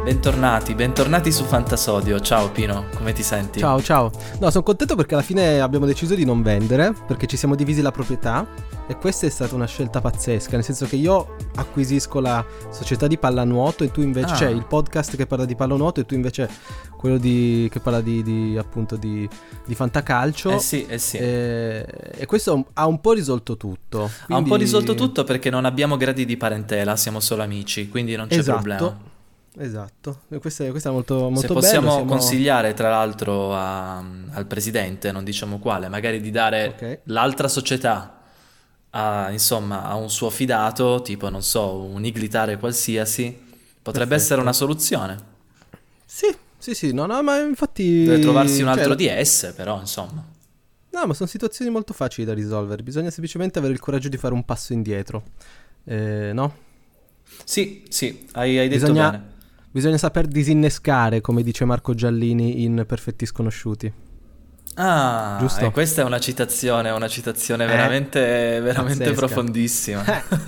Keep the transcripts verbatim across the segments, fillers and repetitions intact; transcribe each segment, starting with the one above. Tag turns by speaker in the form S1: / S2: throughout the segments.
S1: Bentornati, bentornati su Fantasodio. Ciao Pino, come ti senti?
S2: Ciao, ciao. No, sono contento perché alla fine abbiamo deciso di non vendere, perché ci siamo divisi la proprietà e questa è stata una scelta pazzesca, nel senso che io acquisisco la società di pallanuoto e tu invece,
S1: Ah.
S2: cioè il podcast che parla di pallanuoto e tu invece quello di che parla di, di appunto di, di fantacalcio.
S1: Eh sì, eh sì.
S2: E, e questo ha un po' risolto tutto.
S1: Ha un
S2: quindi-
S1: po' risolto tutto perché non abbiamo gradi di parentela, siamo solo amici, quindi non c'è
S2: Esatto.
S1: problema.
S2: Esatto, e questo è, questo è molto, molto
S1: Se
S2: bello.
S1: possiamo
S2: siamo-
S1: consigliare tra l'altro a- al presidente, non diciamo quale, magari di dare
S2: Ok.
S1: l'altra società a, insomma, a un suo fidato, tipo non so, un iglitare qualsiasi, potrebbe
S2: Perfetto.
S1: essere una soluzione.
S2: Sì, sì, sì, no, no, ma infatti
S1: Deve trovarsi un
S2: cioè,
S1: altro
S2: la-
S1: D S, però insomma.
S2: No, ma sono situazioni molto facili da risolvere. Bisogna semplicemente avere il coraggio di fare un passo indietro. Eh, no?
S1: Sì, sì, hai, hai detto
S2: Bisogna,
S1: bene.
S2: bisogna saper disinnescare, come dice Marco Giallini in Perfetti Sconosciuti.
S1: Ah,
S2: Giusto?
S1: e questa è una citazione, una citazione
S2: Eh,
S1: veramente, veramente
S2: pazzesca.
S1: profondissima.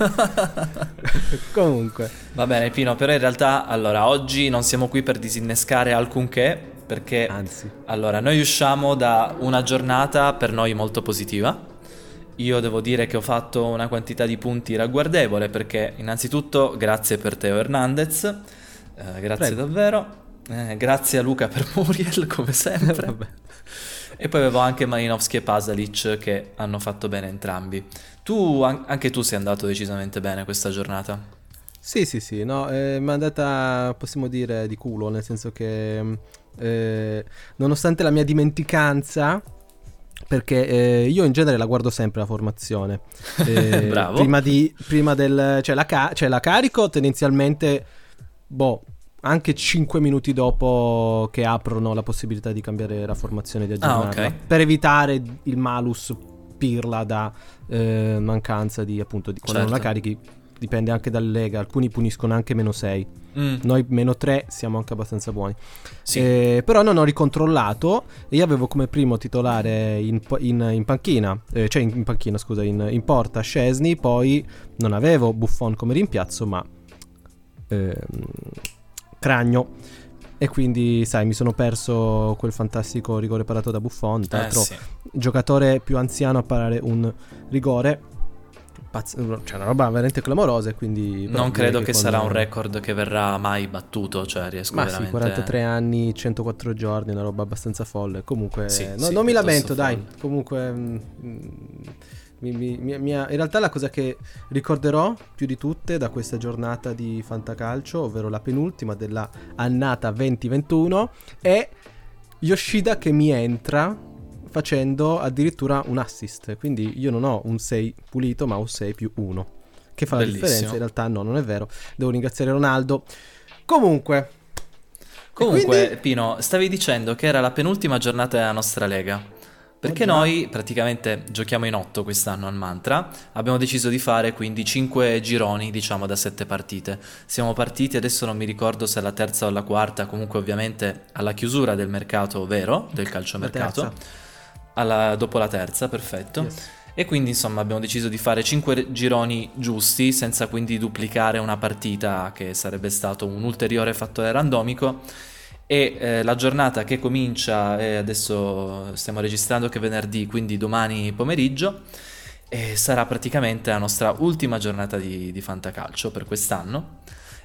S2: Comunque,
S1: Va bene, Pino, però in realtà, allora, oggi non siamo qui per disinnescare alcunché, perché,
S2: anzi,
S1: allora, noi usciamo da una giornata per noi molto positiva. Io devo dire che ho fatto una quantità di punti ragguardevole, perché innanzitutto grazie per Teo Hernandez, eh, grazie
S2: Prego.
S1: davvero, Eh, grazie a Luca per Muriel, come sempre.
S2: vabbè.
S1: E poi avevo anche Malinowski e Pasalic che hanno fatto bene entrambi. Tu, an- anche tu sei andato decisamente bene questa giornata.
S2: Sì, sì, sì, no, eh, mi è andata, possiamo dire, di culo, nel senso che mh, eh, nonostante la mia dimenticanza, perché eh, io in genere la guardo sempre la formazione. Eh,
S1: Bravo.
S2: Prima di, prima del, cioè la, ca- cioè la carico tendenzialmente, boh, anche cinque minuti dopo che aprono la possibilità di cambiare la formazione, di
S1: Ah,
S2: aggiornarla,
S1: ok.
S2: per evitare il malus pirla da eh, mancanza di, appunto, di, quando non la
S1: Certo.
S2: carichi. Dipende anche dalle leghe, alcuni puniscono anche meno sei.
S1: Mm,
S2: Noi meno tre siamo anche abbastanza buoni.
S1: sì.
S2: Eh, però non ho ricontrollato e io avevo come primo titolare in, po- in- in panchina, eh, cioè in, in panchina scusa, in, in porta Szczesny, poi non avevo Buffon come rimpiazzo ma ehm, Cragno. E quindi sai, mi sono perso quel fantastico rigore parato da Buffon. Tra
S1: Eh,
S2: l'altro
S1: sì.
S2: giocatore più anziano a parare un rigore. Pazz- cioè una roba veramente clamorosa e quindi però
S1: Non
S2: direi
S1: credo che
S2: con-
S1: sarà un record che verrà mai battuto, cioè riesco
S2: ma
S1: veramente...
S2: sì, quarantatré anni, centoquattro giorni, una roba abbastanza folle. Comunque,
S1: Sì,
S2: no,
S1: sì,
S2: non mi
S1: piuttosto
S2: lamento, dai.
S1: folle.
S2: Comunque, mm, mm, mi- mi- mi- mi ha- in realtà la cosa che ricorderò più di tutte da questa giornata di fantacalcio, ovvero la penultima della annata venti ventuno, è Yoshida che mi entra facendo addirittura un assist. Quindi io non ho un sei pulito, ma un sei più uno. Che fa
S1: Bellissimo.
S2: la differenza. In realtà no, non è vero. Devo ringraziare Ronaldo. Comunque...
S1: Comunque,
S2: quindi-
S1: Pino, stavi dicendo che era la penultima giornata della nostra lega. Perché
S2: Oh, già.
S1: noi praticamente giochiamo in otto quest'anno al Mantra. Abbiamo deciso di fare quindi cinque gironi, diciamo, da sette partite. Siamo partiti, adesso non mi ricordo se alla terza o alla quarta, comunque ovviamente alla chiusura del mercato vero, del calciomercato.
S2: La
S1: Alla, dopo la terza, perfetto.
S2: Yes.
S1: E quindi insomma abbiamo deciso di fare cinque gironi giusti, senza quindi duplicare una partita che sarebbe stato un ulteriore fattore randomico. E eh, la giornata che comincia, eh, adesso stiamo registrando che è venerdì, quindi domani pomeriggio, e sarà praticamente la nostra ultima giornata di, di fantacalcio per quest'anno.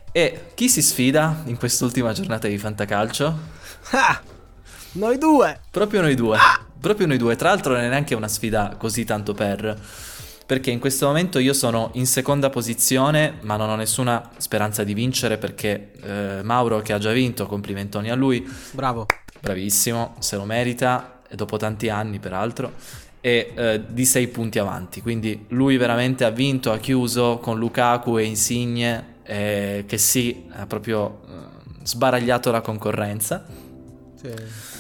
S1: E chi si sfida in quest'ultima giornata di fantacalcio?
S2: Ah! Noi due!
S1: Proprio noi due, proprio noi due. Tra l'altro non è neanche una sfida così tanto per, perché in questo momento io sono in seconda posizione, ma non ho nessuna speranza di vincere perché eh, Mauro, che ha già vinto, complimentoni a lui,
S2: Bravo.
S1: bravissimo, se lo merita, e dopo tanti anni peraltro, e eh, di sei punti avanti, quindi lui veramente ha vinto, ha chiuso con Lukaku e Insigne, eh, che sì, ha proprio eh, sbaragliato la concorrenza.
S2: Sì.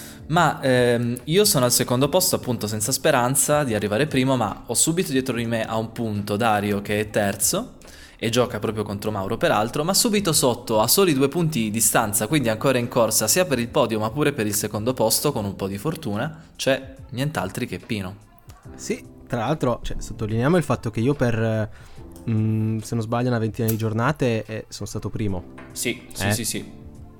S1: Ma ehm, io sono al secondo posto, appunto, senza speranza di arrivare primo, ma ho subito dietro di me a un punto Dario, che è terzo e gioca proprio contro Mauro peraltro, ma subito sotto, a soli due punti di distanza, quindi ancora in corsa sia per il podio ma pure per il secondo posto, con un po' di fortuna, c'è nient'altri che Pino.
S2: Sì, tra l'altro, cioè, sottolineiamo il fatto che io per, mm, se non sbaglio, una ventina di giornate eh, sono stato primo.
S1: Sì, sì,
S2: Eh?
S1: sì, sì.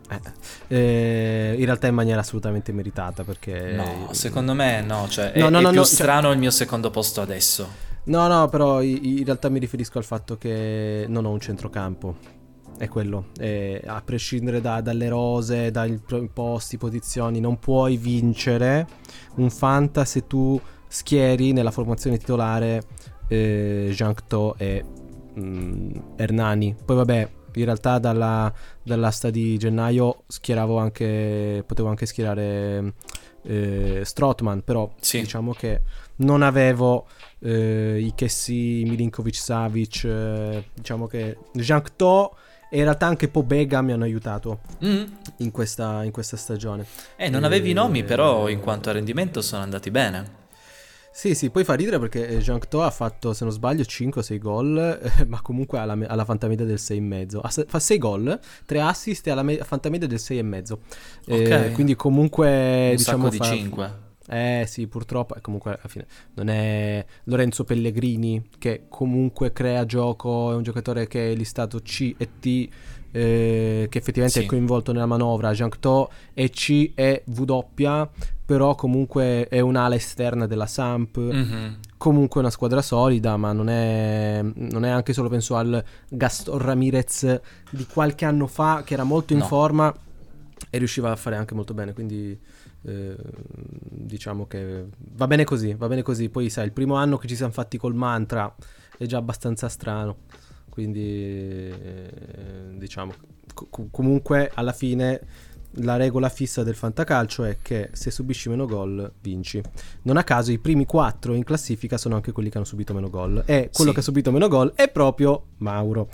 S2: Eh, eh, in realtà in maniera assolutamente meritata, perché
S1: No, secondo me no, cioè
S2: no,
S1: è,
S2: no,
S1: è
S2: no,
S1: più
S2: no,
S1: strano
S2: cioè...
S1: il mio secondo posto adesso.
S2: no, no, però in realtà mi riferisco al fatto che non ho un centrocampo. È quello, eh, a prescindere da, dalle rose, dai posti, posizioni, non puoi vincere un Fanta se tu schieri nella formazione titolare eh, Jean Cto e mm, Hernani. Poi vabbè, in realtà dalla, dall'asta di gennaio schieravo anche, potevo anche schierare eh, Strootman, però
S1: Sì.
S2: diciamo che non avevo eh, i Kessi, Milinkovic, Savic, eh, diciamo che Jean Cto e in realtà anche Pobega mi hanno aiutato
S1: Mm.
S2: in questa, in questa stagione.
S1: Eh, non
S2: E...
S1: avevi i nomi, però in quanto a rendimento sono andati bene.
S2: Sì, sì, poi fa ridere perché Jean Cto ha fatto, se non sbaglio, cinque o sei gol, eh, ma comunque ha la, alla fantamedia del sei e mezzo. Ha, fa sei gol, tre assist e alla me- fantamedia del sei e mezzo.
S1: Ok.
S2: Eh, quindi comunque
S1: Un
S2: diciamo
S1: sacco di
S2: fa...
S1: cinque.
S2: Eh sì, purtroppo, e comunque alla fine non è Lorenzo Pellegrini che comunque crea gioco, è un giocatore che è listato C e T, eh, che effettivamente
S1: Sì.
S2: è coinvolto nella manovra. Jean Cto è C e W, però comunque è un'ala esterna della Samp.
S1: Mm-hmm.
S2: Comunque una squadra solida, ma non è, non è anche solo, penso al Gaston Ramirez di qualche anno fa che era molto in
S1: No.
S2: forma e riusciva a fare anche molto bene, quindi eh, diciamo che va bene così, va bene così. Poi sai, il primo anno che ci siamo fatti col mantra è già abbastanza strano, quindi eh, diciamo co- comunque alla fine la regola fissa del fantacalcio è che se subisci meno gol vinci. Non a caso i primi quattro in classifica sono anche quelli che hanno subito meno gol, e quello
S1: Sì.
S2: che ha subito meno gol è proprio Mauro.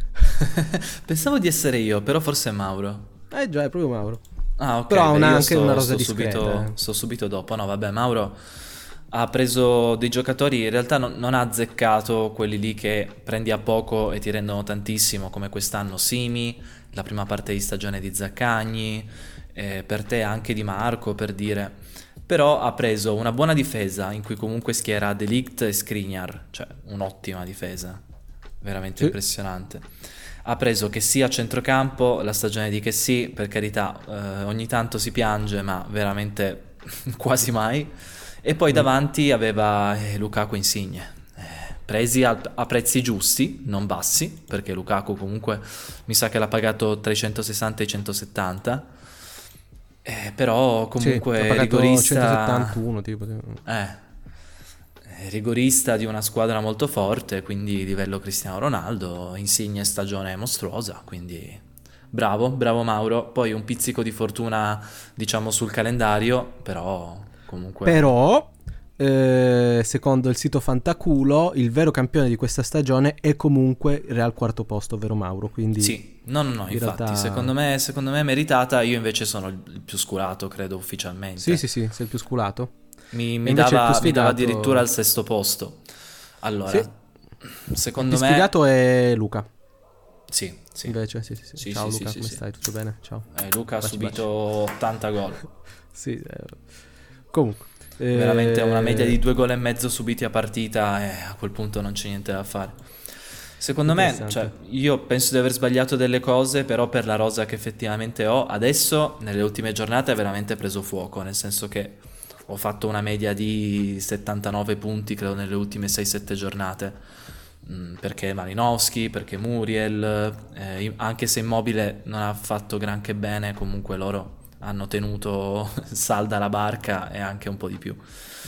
S1: Pensavo di essere io, però forse è Mauro.
S2: Eh già, è proprio Mauro.
S1: Ah, ok.
S2: Però ha
S1: beh,
S2: una-
S1: io
S2: anche
S1: sto,
S2: una rosa
S1: sto
S2: discreta,
S1: subito,
S2: eh.
S1: sto subito dopo. No, vabbè, Mauro ha preso dei giocatori, in realtà non, non ha azzeccato quelli lì che prendi a poco e ti rendono tantissimo, come quest'anno Simi, la prima parte di stagione di Zaccagni, eh, per te anche Di Marco, per dire. Però ha preso una buona difesa, in cui comunque schiera De Ligt e Skriniar, cioè un'ottima difesa, veramente
S2: Sì.
S1: impressionante. Ha preso che sia a centrocampo, la stagione di che sì, per carità, eh, ogni tanto si piange, ma veramente quasi mai. E poi davanti aveva eh, Lukaku e Insigne, eh, presi a, a prezzi giusti, non bassi, perché Lukaku comunque mi sa che l'ha pagato tra i centosessanta e i centosettanta, eh, però comunque
S2: sì, ha pagato
S1: rigorista,
S2: centosettantuno tipo.
S1: eh, rigorista di una squadra molto forte, quindi livello Cristiano Ronaldo, Insigne stagione mostruosa, quindi bravo, bravo Mauro. Poi un pizzico di fortuna diciamo sul calendario, però comunque...
S2: Però eh, secondo il sito Fantaculo il vero campione di questa stagione è comunque Real quarto posto, ovvero Mauro, quindi
S1: Sì, no no no,
S2: in
S1: infatti
S2: realtà...
S1: secondo me, secondo me è meritata, io invece sono il più scurato credo ufficialmente.
S2: Sì sì sì, sei il più sculato.
S1: Mi,
S2: E
S1: mi
S2: invece il
S1: dava,
S2: più
S1: mi dava
S2: sfigato-
S1: addirittura al sesto posto. Allora,
S2: Sì.
S1: secondo
S2: Il più
S1: me...
S2: sfigato è Luca.
S1: Sì, sì.
S2: Invece sì sì, sì.
S1: Sì,
S2: Ciao
S1: sì,
S2: Luca,
S1: sì,
S2: come
S1: sì,
S2: stai? Tutto bene? Ciao.
S1: Eh, Luca ha
S2: Baci,
S1: subito ottanta gol.
S2: Sì, eh, comunque eh,
S1: Veramente una media di due gol e mezzo subiti a partita e a quel punto non c'è niente da fare. Secondo me,
S2: Interessante.
S1: cioè, io penso di aver sbagliato delle cose, però per la rosa che effettivamente ho adesso, nelle ultime giornate, ha veramente preso fuoco, nel senso che ho fatto una media di settantanove punti, credo, nelle ultime sei sette giornate. Mm, perché Malinowski, perché Muriel, eh, anche se Immobile non ha fatto granché bene, comunque loro hanno tenuto salda la barca e anche un po' di più.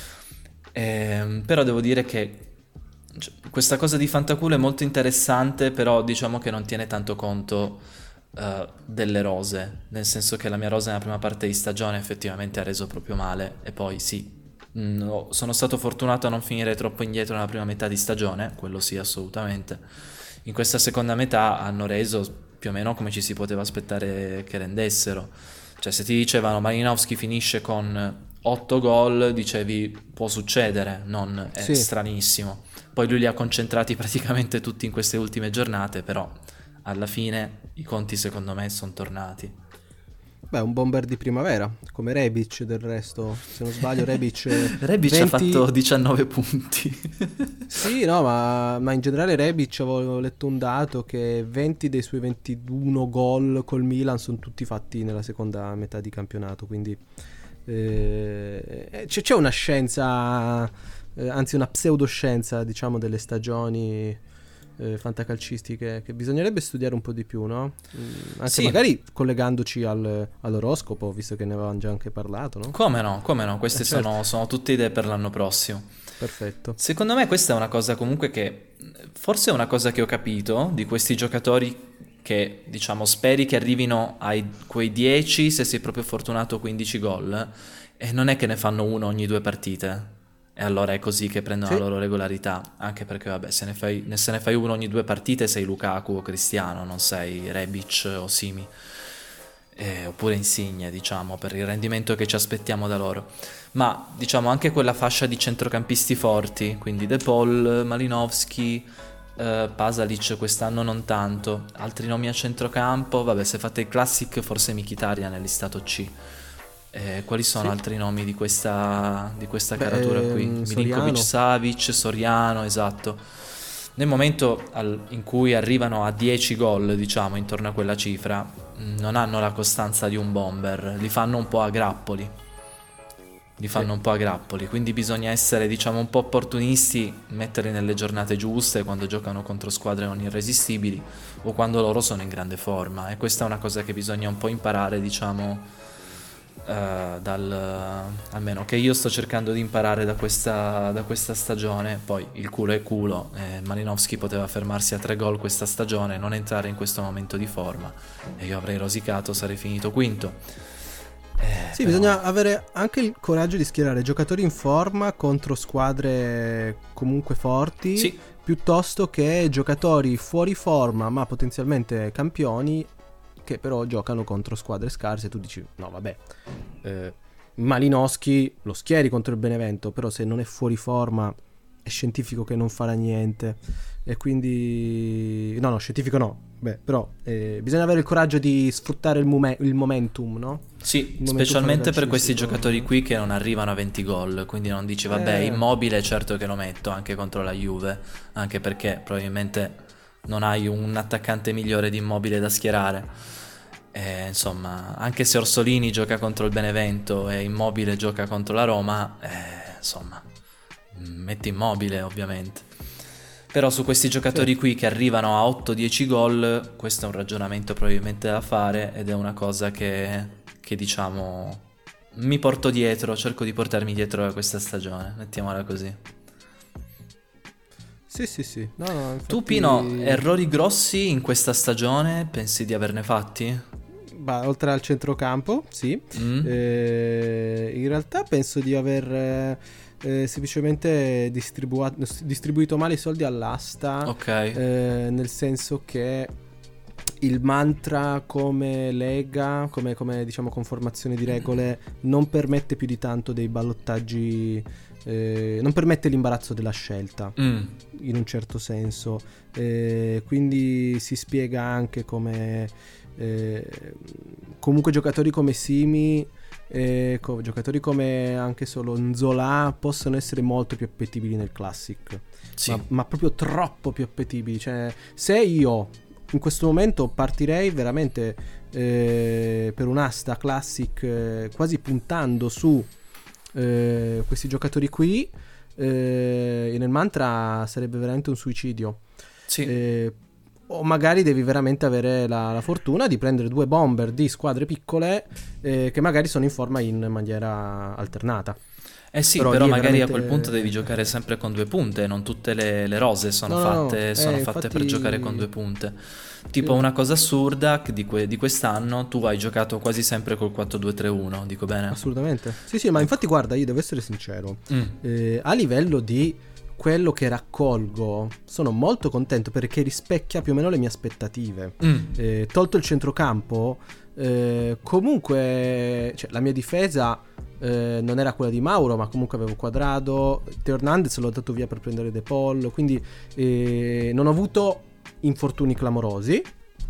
S1: Ehm, però devo dire che cioè, questa cosa di Fantaculo è molto interessante, però diciamo che non tiene tanto conto eh, delle rose, nel senso che la mia rosa nella prima parte di stagione effettivamente ha reso proprio male e poi sì, mh, no, sono stato fortunato a non finire troppo indietro nella prima metà di stagione, quello sì assolutamente. In questa seconda metà hanno reso più o meno come ci si poteva aspettare che rendessero. Cioè se ti dicevano Malinowski finisce con otto gol, dicevi può succedere, non è
S2: Sì.
S1: stranissimo. Poi lui li ha concentrati praticamente tutti in queste ultime giornate, però alla fine i conti secondo me sono tornati.
S2: Beh, un bomber di primavera, come Rebic del resto, se non sbaglio Rebic...
S1: Rebic
S2: venti...
S1: ha fatto diciannove punti.
S2: Sì, no, ma, ma in generale Rebic, avevo letto un dato che venti dei suoi ventuno gol col Milan sono tutti fatti nella seconda metà di campionato, quindi eh, c'è, c'è una scienza, eh, anzi una pseudoscienza, diciamo, delle stagioni eh, fantacalcistiche che bisognerebbe studiare un po' di più, no? Mm, anche
S1: Sì.
S2: magari collegandoci al, all'oroscopo, visto che ne avevamo già anche parlato, no?
S1: Come no, come no, queste
S2: Eh, certo.
S1: sono, sono tutte idee per l'anno prossimo.
S2: Perfetto.
S1: Secondo me questa è una cosa comunque che, forse è una cosa che ho capito di questi giocatori che, diciamo, speri che arrivino ai quei dieci, se sei proprio fortunato quindici gol, e non è che ne fanno uno ogni due partite. E allora è così che prendono
S2: Sì.
S1: la loro regolarità, anche perché vabbè, se ne fai, ne- se ne fai uno ogni due partite sei Lukaku o Cristiano, non sei Rebic o Simi. Eh, oppure Insigne, diciamo, per il rendimento che ci aspettiamo da loro. Ma diciamo anche quella fascia di centrocampisti forti, quindi De Paul, Malinowski, eh, Pasalic quest'anno non tanto, altri nomi a centrocampo, vabbè, se fate il Classic forse Mkhitaryan è listato C. Eh, quali sono
S2: Sì.
S1: altri nomi di questa, di questa
S2: Beh,
S1: caratura qui?
S2: ehm,
S1: Milinkovic,
S2: Soriano.
S1: Savic, Soriano, esatto. Nel momento al- in cui arrivano a dieci gol, diciamo, intorno a quella cifra, mh, non hanno la costanza di un bomber, li fanno un po' a grappoli. Li fanno
S2: Sì.
S1: un po' a grappoli, quindi bisogna essere, diciamo, un po' opportunisti, metterli nelle giornate giuste, quando giocano contro squadre non irresistibili o quando loro sono in grande forma. E questa è una cosa che bisogna un po' imparare, diciamo, eh, dal, almeno che io sto cercando di imparare da questa, da questa stagione. Poi il culo è culo, eh, Malinowski poteva fermarsi a tre gol questa stagione, non entrare in questo momento di forma e io avrei rosicato, sarei finito quinto. Eh,
S2: Sì,
S1: però-
S2: bisogna avere anche il coraggio di schierare giocatori in forma contro squadre comunque forti,
S1: Sì,
S2: piuttosto che giocatori fuori forma ma potenzialmente campioni che però giocano contro squadre scarse. Tu dici, no vabbè, eh, Malinowski lo schieri contro il Benevento, però se non è fuori forma è scientifico che non farà niente. E quindi... No, no, scientifico no. Beh, però eh, bisogna avere il coraggio di sfruttare il, momen- il momentum, no?
S1: sì,
S2: Il momento
S1: specialmente per questi
S2: calcistico.
S1: giocatori qui che non arrivano a venti gol, quindi non dici vabbè,
S2: Eh.
S1: Immobile certo che lo metto anche contro la Juve, anche perché probabilmente non hai un attaccante migliore di Immobile da schierare. E, insomma, anche se Orsolini gioca contro il Benevento e Immobile gioca contro la Roma, eh, insomma, metti Immobile ovviamente. Però su questi giocatori
S2: Sì.
S1: qui che arrivano a otto dieci gol, questo è un ragionamento probabilmente da fare ed è una cosa che, che diciamo mi porto dietro, cerco di portarmi dietro a questa stagione, mettiamola così.
S2: Sì, sì, sì. No, no, infatti...
S1: Tu Pino, errori grossi in questa stagione pensi di averne fatti?
S2: Bah, oltre al centrocampo, sì.
S1: Mm?
S2: Eh, in realtà penso di aver eh, eh, semplicemente distribua- distribuito male i soldi all'asta.
S1: Ok.
S2: Eh, nel senso che il mantra come lega, come, come diciamo conformazione di regole, non permette più di tanto dei ballottaggi, eh, non permette l'imbarazzo della scelta.
S1: Mm.
S2: In un certo senso, eh, quindi si spiega anche come eh, comunque giocatori come Simi, eh, co- giocatori come anche solo Nzola possono essere molto più appetibili nel Classic,
S1: Sì.
S2: ma, ma proprio troppo più appetibili. Cioè, se io in questo momento partirei veramente eh, per un'asta Classic, eh, quasi puntando su eh, questi giocatori qui, eh, nel mantra sarebbe veramente un suicidio.
S1: Sì.
S2: Eh, o magari devi veramente avere la, la fortuna di prendere due bomber di squadre piccole eh, che magari sono in forma in maniera alternata.
S1: Eh sì,
S2: Però
S1: però,
S2: lì è
S1: magari a
S2: veramente-
S1: quel punto devi giocare sempre con due punte, non tutte le, le rose sono
S2: No, no, no,
S1: fatte,
S2: eh,
S1: sono fatte
S2: infatti-
S1: per giocare con due punte. Tipo
S2: Sì.
S1: una cosa assurda che di, que- di quest'anno, tu hai giocato quasi sempre col quattro due tre uno, dico bene?
S2: Assolutamente. Sì, sì, ma infatti guarda, io devo essere sincero.
S1: Mm.
S2: Eh, a livello di quello che raccolgo, sono molto contento perché rispecchia più o meno le mie aspettative.
S1: Mm.
S2: Eh, tolto il centrocampo, eh, comunque cioè, la mia difesa eh, non era quella di Mauro, ma comunque avevo Quadrado. Teo Hernandez l'ho dato via per prendere De Paul, quindi eh, non ho avuto infortuni clamorosi.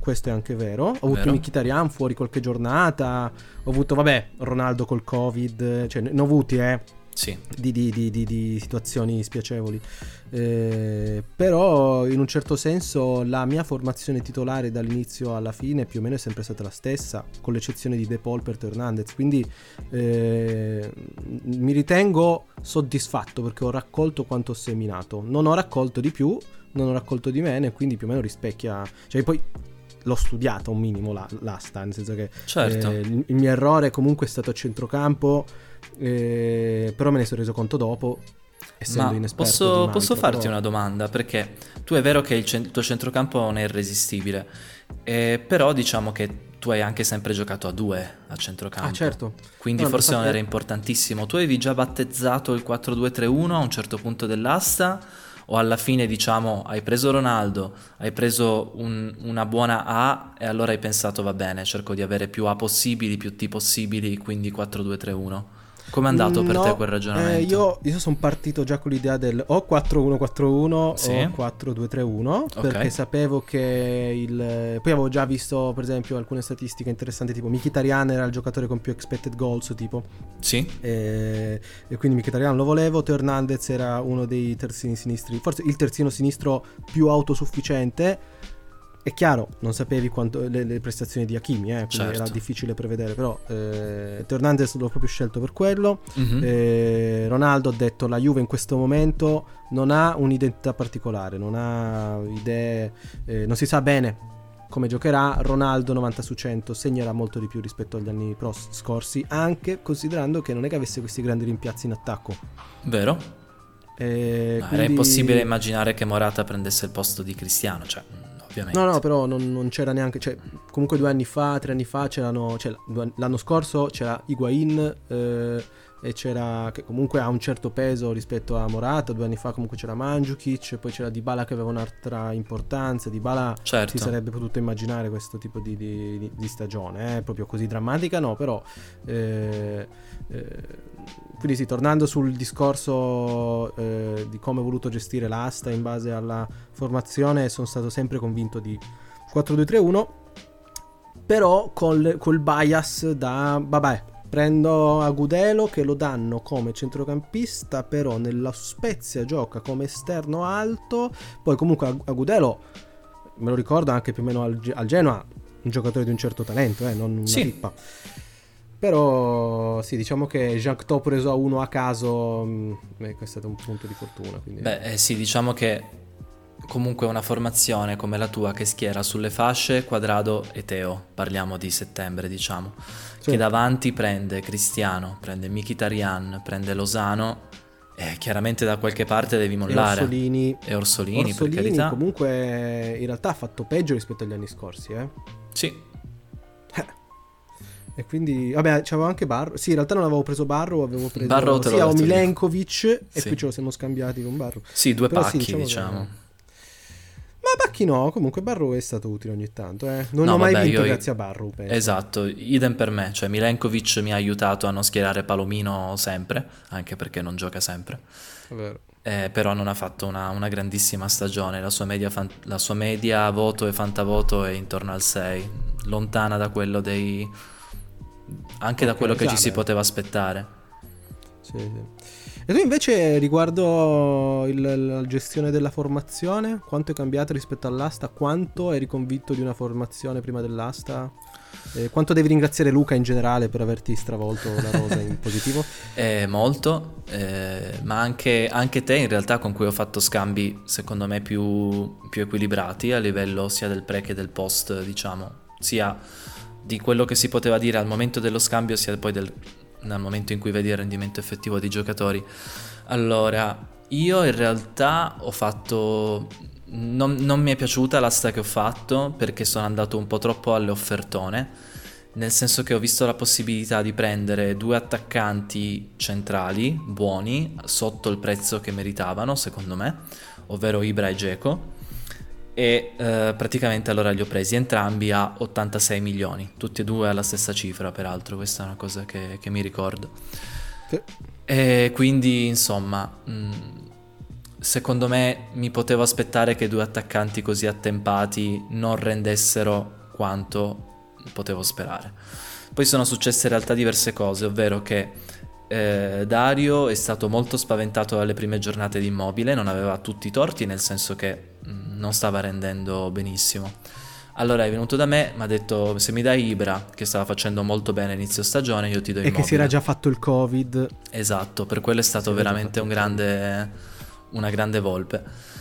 S2: questo è anche vero. Ho avuto
S1: Vero.
S2: Mkhitaryan fuori qualche giornata, ho avuto, vabbè, Ronaldo col Covid, cioè ne ho avuti, eh.
S1: Sì.
S2: Di, di, di, di, di situazioni spiacevoli, eh, però in un certo senso la mia formazione titolare dall'inizio alla fine più o meno è sempre stata la stessa, con l'eccezione di De Paul per Hernandez, quindi eh, mi ritengo soddisfatto perché ho raccolto quanto ho seminato, non ho raccolto di più, non ho raccolto di meno, e quindi più o meno rispecchia, cioè poi l'ho studiata un minimo la, l'asta, nel senso che
S1: Certo.
S2: eh, il, il mio errore comunque è stato a centrocampo. Eh, però me ne sono reso conto dopo, essendo
S1: Ma
S2: inesperto di
S1: posso,
S2: Mantro,
S1: posso farti
S2: però...
S1: una domanda? Perché tu è vero che il, cent- il tuo centrocampo non è irresistibile, eh, però diciamo che tu hai anche sempre giocato a due a centrocampo.
S2: Ah, certo.
S1: Quindi
S2: No,
S1: forse
S2: infatti-
S1: non era importantissimo. Tu avevi già battezzato il quattro due tre uno a un certo punto dell'asta, o alla fine, diciamo, hai preso Ronaldo, hai preso un- una buona A e allora hai pensato va bene, cerco di avere più A possibili, più T possibili, quindi quattro due tre uno. Com'è andato per
S2: No,
S1: te quel ragionamento?
S2: eh, io, io sono partito già con l'idea del o quattro uno quattro uno
S1: Sì.
S2: o quattro due tre uno,
S1: Ok.
S2: perché sapevo che il... Poi avevo già visto per esempio alcune statistiche interessanti, tipo Mkhitaryan era il giocatore con più expected goals, tipo,
S1: Sì?
S2: e, e quindi Mkhitaryan lo volevo. Teo Hernandez era uno dei terzini sinistri, forse il terzino sinistro più autosufficiente. È chiaro, non sapevi quanto le, le prestazioni di Hakimi, eh, quindi
S1: Certo.
S2: era difficile prevedere, però eh, Teo Hernandez l'ho proprio scelto per quello.
S1: Mhm.
S2: Eh, Ronaldo, ho detto, la Juve in questo momento non ha un'identità particolare, non ha idee, eh, non si sa bene come giocherà. Ronaldo novanta su cento segnerà molto di più rispetto agli anni pros- scorsi, anche considerando che non è che avesse questi grandi rimpiazzi in attacco.
S1: Vero?
S2: Eh,
S1: No,
S2: quindi-
S1: Era impossibile immaginare che Morata prendesse il posto di Cristiano, cioè, ovviamente.
S2: No, no, però non, non c'era neanche, cioè, comunque due anni fa, tre anni fa c'erano, cioè, due- l'anno scorso c'era Higuain, eh, e c'era, che comunque ha un certo peso rispetto a Morata. Due anni fa comunque c'era Mandzukic, poi c'era Dybala che aveva un'altra importanza. Dybala
S1: Certo.
S2: si sarebbe potuto immaginare questo tipo di, di- di- di stagione, eh, proprio così drammatica, no, però eh, eh, quindi sì, tornando sul discorso eh, di come ho voluto gestire l'asta in base alla formazione, sono stato sempre convinto di quattro due tre uno, però col, col bias da vabbè, prendo Agudelo che lo danno come centrocampista, però nella Spezia gioca come esterno alto. Poi comunque Agudelo me lo ricordo anche più o meno al, al Genoa, un giocatore di un certo talento, eh, non una
S1: Sì.
S2: pippa. Però sì, diciamo che Jacques ho preso a uno a caso, mh, ecco, è stato un punto di fortuna, quindi...
S1: Beh, eh, sì, diciamo che comunque una formazione come la tua che schiera sulle fasce Quadrado e Teo, parliamo di settembre, diciamo,
S2: Sì.
S1: che davanti prende Cristiano, prende Mkhitaryan, prende Lozano, e chiaramente da qualche parte devi
S2: E
S1: mollare.
S2: Orsolini,
S1: E Orsolini, per
S2: Orsolini
S1: carità.
S2: comunque in realtà ha fatto peggio rispetto agli anni scorsi, eh.
S1: Sì,
S2: E quindi, vabbè, c'avevo anche Barro. Sì, in realtà non avevo preso Barro, avevo preso
S1: Barro te l'ho
S2: sì, avevo
S1: dato io.
S2: Milenkovic, e
S1: Sì.
S2: qui ce lo siamo scambiati con Barro.
S1: sì, due
S2: Però
S1: pacchi,
S2: sì, diciamo
S1: diciamo.
S2: che- Ma Pacchi no, comunque Barro è stato utile ogni tanto, eh. Non
S1: No,
S2: ho mai
S1: vabbè,
S2: vinto
S1: io-
S2: grazie a Barro, penso.
S1: Esatto, idem per me, cioè Milenkovic mi ha aiutato a non schierare Palomino sempre, anche perché non gioca sempre.
S2: È vero.
S1: Eh, però non ha fatto una, una grandissima stagione, la sua media, fan- la sua media voto e fantavoto è intorno al sei, lontana da quello dei... anche da
S2: Ok,
S1: quello che
S2: già,
S1: ci si
S2: beh.
S1: poteva aspettare.
S2: Sì, sì. E tu invece riguardo il- la gestione della formazione, quanto è cambiato rispetto all'asta? Quanto eri convinto di una formazione prima dell'asta? Eh, quanto devi ringraziare Luca in generale per averti stravolto la rosa in positivo?
S1: Eh, molto, eh, ma anche, anche te in realtà con cui ho fatto scambi secondo me più, più equilibrati a livello sia del pre che del post, diciamo, sia di quello che si poteva dire al momento dello scambio sia poi del, nel momento in cui vedi il rendimento effettivo dei giocatori. Allora, io in realtà ho fatto... Non, non mi è piaciuta l'asta che ho fatto perché sono andato un po' troppo alle offertone, nel senso che ho visto la possibilità di prendere due attaccanti centrali buoni sotto il prezzo che meritavano secondo me, ovvero Ibra e Dzeko, e eh, praticamente allora li ho presi entrambi a ottantasei milioni, tutti e due alla stessa cifra peraltro, questa è una cosa che, che mi ricordo.
S2: Sì.
S1: E quindi insomma mh, secondo me mi potevo aspettare che due attaccanti così attempati non rendessero quanto potevo sperare. Poi sono successe in realtà diverse cose, ovvero che eh, Dario è stato molto spaventato dalle prime giornate di Immobile, non aveva tutti i torti, nel senso che mh, non stava rendendo benissimo. Allora è venuto da me, mi ha detto: se mi dai Ibra, che stava facendo molto bene inizio stagione, io ti do Immobile.
S2: E che si era già fatto il Covid.
S1: Esatto, per quello è stato veramente un grande, una grande volpe.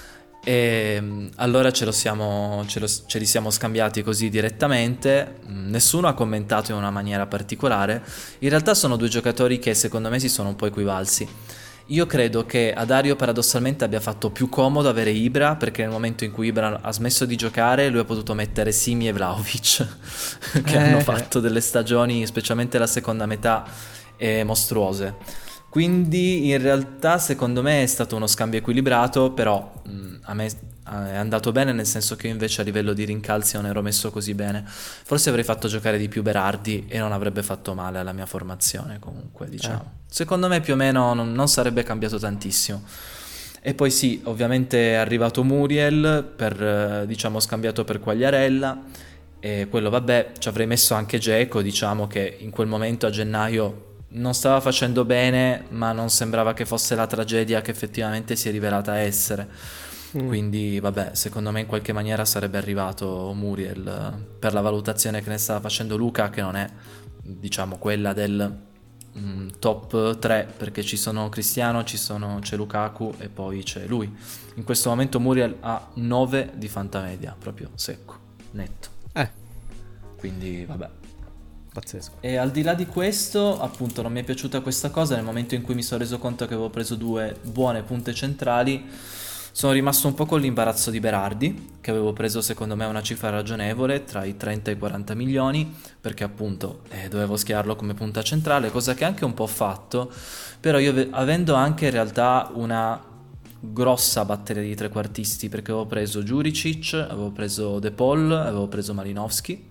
S1: E allora ce lo siamo, ce, lo, ce li siamo scambiati così direttamente. Nessuno ha commentato in una maniera particolare. In realtà sono due giocatori che secondo me si sono un po' equivalsi. Io credo che a Dario paradossalmente abbia fatto più comodo avere Ibra, perché nel momento in cui Ibra ha smesso di giocare lui ha potuto mettere Simi e Vlahovic che eh. hanno fatto delle stagioni, specialmente la seconda metà, eh, mostruose. Quindi in realtà secondo me è stato uno scambio equilibrato, però mh, a me è andato bene, nel senso che io invece a livello di rincalzi non ero messo così bene. Forse avrei fatto giocare di più Berardi e non avrebbe fatto male alla mia formazione, comunque, diciamo. Eh. Secondo me più o meno non, non sarebbe cambiato tantissimo. E poi sì, ovviamente è arrivato Muriel, per, diciamo scambiato per Quagliarella, e quello vabbè, ci avrei messo anche Dzeko, diciamo che in quel momento a gennaio non stava facendo bene, ma non sembrava che fosse la tragedia che effettivamente si è rivelata essere. Mm. Quindi vabbè, secondo me in qualche maniera sarebbe arrivato Muriel per la valutazione che ne stava facendo Luca, che non è, diciamo, quella del mm, top tre, perché ci sono Cristiano, ci sono, c'è Lukaku e poi c'è lui. In questo momento Muriel ha nove di fantamedia, proprio secco, netto.
S2: Eh.
S1: Quindi vabbè.
S2: Pazzesco.
S1: E al di là di questo, appunto, non mi è piaciuta questa cosa. Nel momento in cui mi sono reso conto che avevo preso due buone punte centrali, sono rimasto un po' con l'imbarazzo di Berardi, che avevo preso secondo me una cifra ragionevole, tra i trenta e i quaranta milioni, perché appunto eh, dovevo schierarlo come punta centrale, cosa che anche un po' ho fatto. Però io avendo anche in realtà una grossa batteria di trequartisti, perché avevo preso Juricic, avevo preso De Paul, avevo preso Malinowski.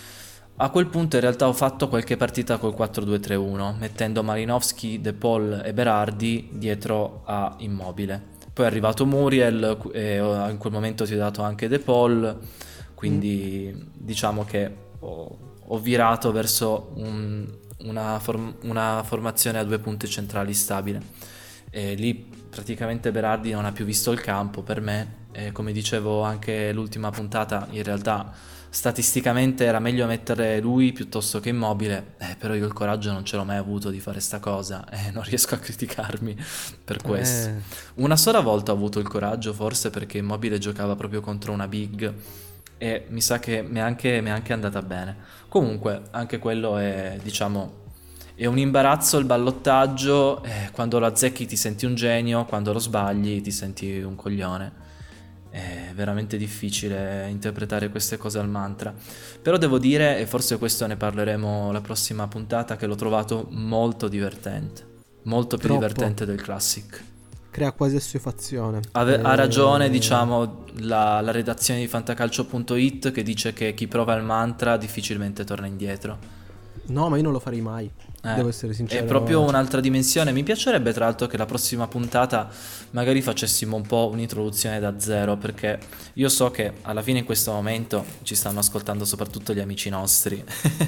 S1: A quel punto in realtà ho fatto qualche partita col quattro due tre uno, mettendo Malinowski, De Paul e Berardi dietro a Immobile. Poi è arrivato Muriel e in quel momento ti ho dato anche De Paul, quindi mm. diciamo che ho, ho virato verso un, una, form, una formazione a due punte centrali stabile. E lì praticamente Berardi non ha più visto il campo per me, e come dicevo anche l'ultima puntata, in realtà statisticamente era meglio mettere lui piuttosto che Immobile, eh, però io il coraggio non ce l'ho mai avuto di fare sta cosa e eh, non riesco a criticarmi per questo. Eh. Una sola volta ho avuto il coraggio, forse perché Immobile giocava proprio contro una big e mi sa che mi è anche, mi è anche andata bene. Comunque anche quello è, diciamo, è un imbarazzo il ballottaggio, eh, quando lo azzecchi ti senti un genio, quando lo sbagli ti senti un coglione. È veramente difficile interpretare queste cose al mantra, però devo dire, e forse questo ne parleremo la prossima puntata, che l'ho trovato molto divertente, molto più Troppo. divertente del Classic.
S2: Crea quasi assuefazione.
S1: Ave- eh... Ha ragione, diciamo, la, la redazione di fantacalcio punto it, che dice che chi prova il mantra difficilmente torna indietro.
S2: No, ma io non lo farei mai. Eh, devo essere sincero.
S1: È proprio un'altra dimensione. Mi piacerebbe tra l'altro che la prossima puntata magari facessimo un po' un'introduzione da zero, perché io so che alla fine in questo momento ci stanno ascoltando soprattutto gli amici nostri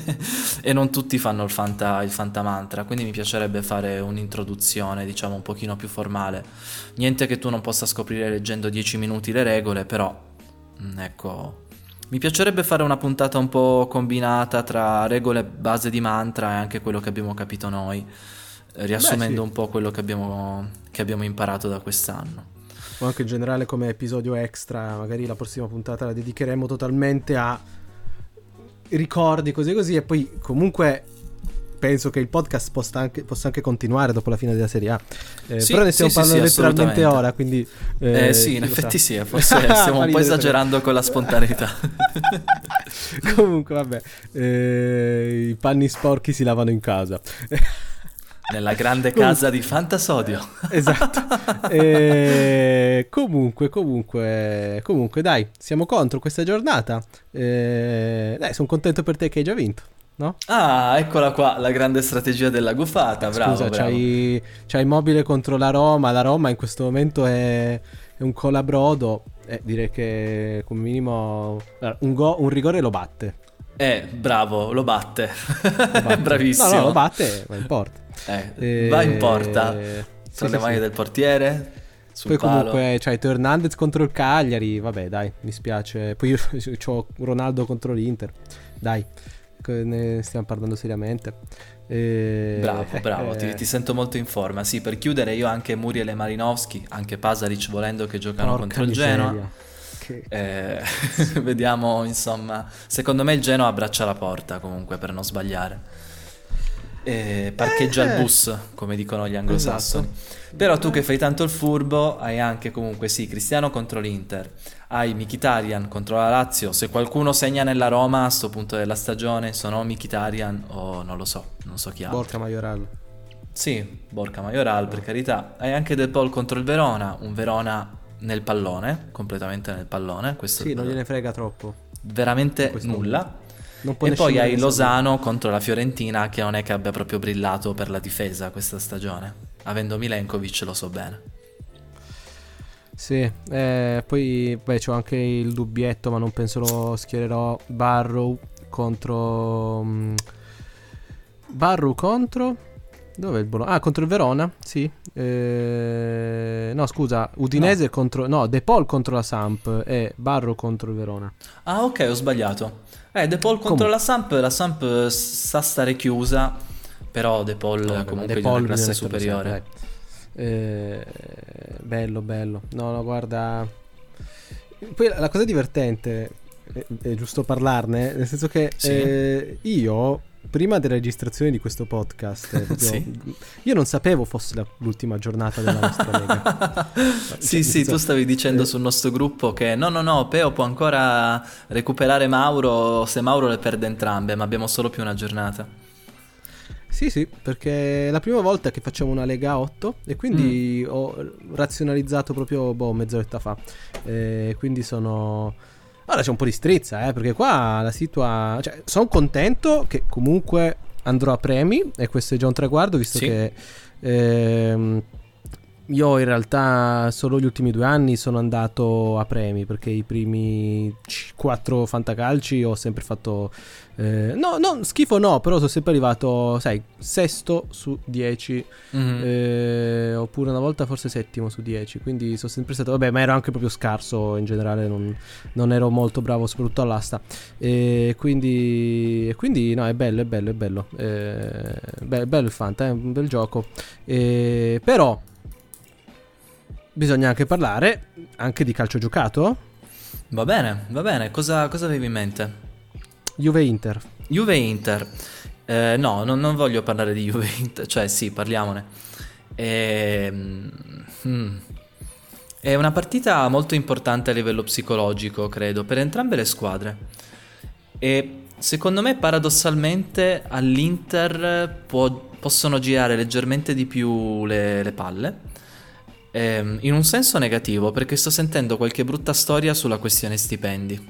S1: e non tutti fanno il fanta, il fantamantra, quindi mi piacerebbe fare un'introduzione, diciamo, un pochino più formale. Niente che tu non possa scoprire leggendo dieci minuti le regole, però ecco, mi piacerebbe fare una puntata un po' combinata tra regole base di mantra e anche quello che abbiamo capito noi, riassumendo Beh, sì. un po' quello che abbiamo, che abbiamo imparato da quest'anno.
S2: O anche in generale come episodio extra, magari la prossima puntata la dedicheremo totalmente a ricordi, così così, e poi comunque penso che il podcast possa anche, possa anche continuare dopo la fine della Serie A. Eh,
S1: sì,
S2: però ne stiamo
S1: sì,
S2: parlando
S1: sì,
S2: letteralmente ora, quindi...
S1: Eh, eh, sì, in effetti sa. sì, forse stiamo un po' esagerando con la spontaneità.
S2: Comunque, vabbè, eh, i panni sporchi si lavano in casa.
S1: Nella grande casa di Fantasodio.
S2: Esatto. E comunque, comunque, comunque, dai, siamo contro questa giornata. E, dai, sono contento per te che hai già vinto. no?
S1: Ah, eccola qua, la grande strategia della gufata, bravo,
S2: Scusa,
S1: bravo.
S2: c'hai, c'hai Immobile contro la Roma, la Roma in questo momento è, è un colabrodo, eh, direi che come minimo allora, un, go- un rigore lo batte.
S1: Eh, bravo, lo batte.
S2: Lo batte.
S1: Bravissimo.
S2: No, no, lo batte, va in porta.
S1: Eh,
S2: E...
S1: va in porta,
S2: sì,
S1: tra
S2: sì,
S1: le mani
S2: sì.
S1: del portiere, sul
S2: Poi
S1: palo.
S2: comunque c'hai Teo Hernandez contro il Cagliari, vabbè dai, mi spiace. Poi io ho Ronaldo contro l'Inter, dai, ne stiamo parlando seriamente. E...
S1: Bravo, bravo,
S2: eh,
S1: ti, ti sento molto in forma. Sì, per chiudere io anche Muriel e Malinowski, anche Pasalic volendo che giocano
S2: porca
S1: contro il
S2: miseria.
S1: Genoa.
S2: Che...
S1: Eh, vediamo, insomma, secondo me il Genoa abbraccia la porta comunque per non sbagliare. E parcheggia
S2: Eh,
S1: il bus, come dicono gli anglosassoni.
S2: esatto.
S1: Però tu che fai tanto il furbo, hai anche comunque sì, Cristiano contro l'Inter, hai Mkhitaryan contro la Lazio. Se qualcuno segna nella Roma a sto punto della stagione sono Mkhitaryan o non lo so, non so chi altro.
S2: Borca Majoral.
S1: Sì, Borca Majoral, per carità. Hai anche Del Paul contro il Verona, un Verona nel pallone, completamente nel pallone. Questo
S2: Sì,
S1: è
S2: non gliene frega troppo.
S1: veramente
S2: questo
S1: nulla.
S2: Non può
S1: E
S2: ne
S1: poi
S2: scendere
S1: hai
S2: né
S1: Lozano contro la Fiorentina, che non è che abbia proprio brillato per la difesa questa stagione. Avendo Milenkovic lo so bene.
S2: Sì, eh, poi beh, c'ho anche il dubbietto, ma non penso lo schiererò. Barrow contro. mh, Barrow contro. Dov'è il Bologna? Ah, contro il Verona, sì. Eh, no, scusa, Udinese contro. No, De Paul contro la Samp e Barrow contro il Verona.
S1: Ah, ok, ho sbagliato. Eh, De Paul contro
S2: Comu-
S1: la Samp, la Samp sa stare chiusa, però De Paul
S2: Vabbè, ma
S1: comunque
S2: De
S1: di una
S2: Paul
S1: classe
S2: bisogna metterlo
S1: superiore.
S2: sempre, dai. Eh, bello, bello. No, no, guarda. Poi la la cosa divertente, è, è giusto parlarne, nel senso che
S1: Sì.
S2: eh, io, prima della registrazione di questo podcast, eh, proprio,
S1: Sì.
S2: io non sapevo fosse la- l'ultima giornata della nostra lega.
S1: Sì,
S2: Cioè,
S1: sì,
S2: nel
S1: tu
S2: senso,
S1: stavi dicendo
S2: eh,
S1: sul nostro gruppo che no, no, no, Peo può ancora recuperare Mauro se Mauro le perde entrambe, ma abbiamo solo più una giornata.
S2: Sì, sì, perché è la prima volta che facciamo una Lega otto e quindi ho razionalizzato proprio boh, mezz'oretta fa. E quindi sono... Ora c'è un po' di strizza, eh, perché qua la situa... Cioè, sono contento che comunque andrò a premi e questo è già un traguardo, visto
S1: Sì.
S2: che... ehm, io in realtà solo gli ultimi due anni sono andato a premi, perché i primi c- quattro fantacalci ho sempre fatto eh, no, no, schifo no, però sono sempre arrivato, sai, sesto su dieci,
S1: Mhm.
S2: eh, oppure una volta forse settimo su dieci, quindi sono sempre stato, vabbè, ma ero anche proprio scarso in generale, non, non ero molto bravo soprattutto all'asta, e quindi, e quindi no, è bello, è bello, è bello, eh, be- bello il Fanta, è un bel gioco, eh, però bisogna anche parlare anche di calcio giocato.
S1: Va bene, va bene. Cosa, cosa avevi in mente?
S2: Juve-Inter.
S1: Juve-Inter. Eh, no, non, non voglio parlare di Juve-Inter, cioè sì, parliamone. Ehm, hmm. È una partita molto importante a livello psicologico, credo, per entrambe le squadre. E secondo me, paradossalmente, all'Inter può- possono girare leggermente di più le, le palle. Ehm, in un senso negativo, perché sto sentendo qualche brutta storia sulla questione stipendi.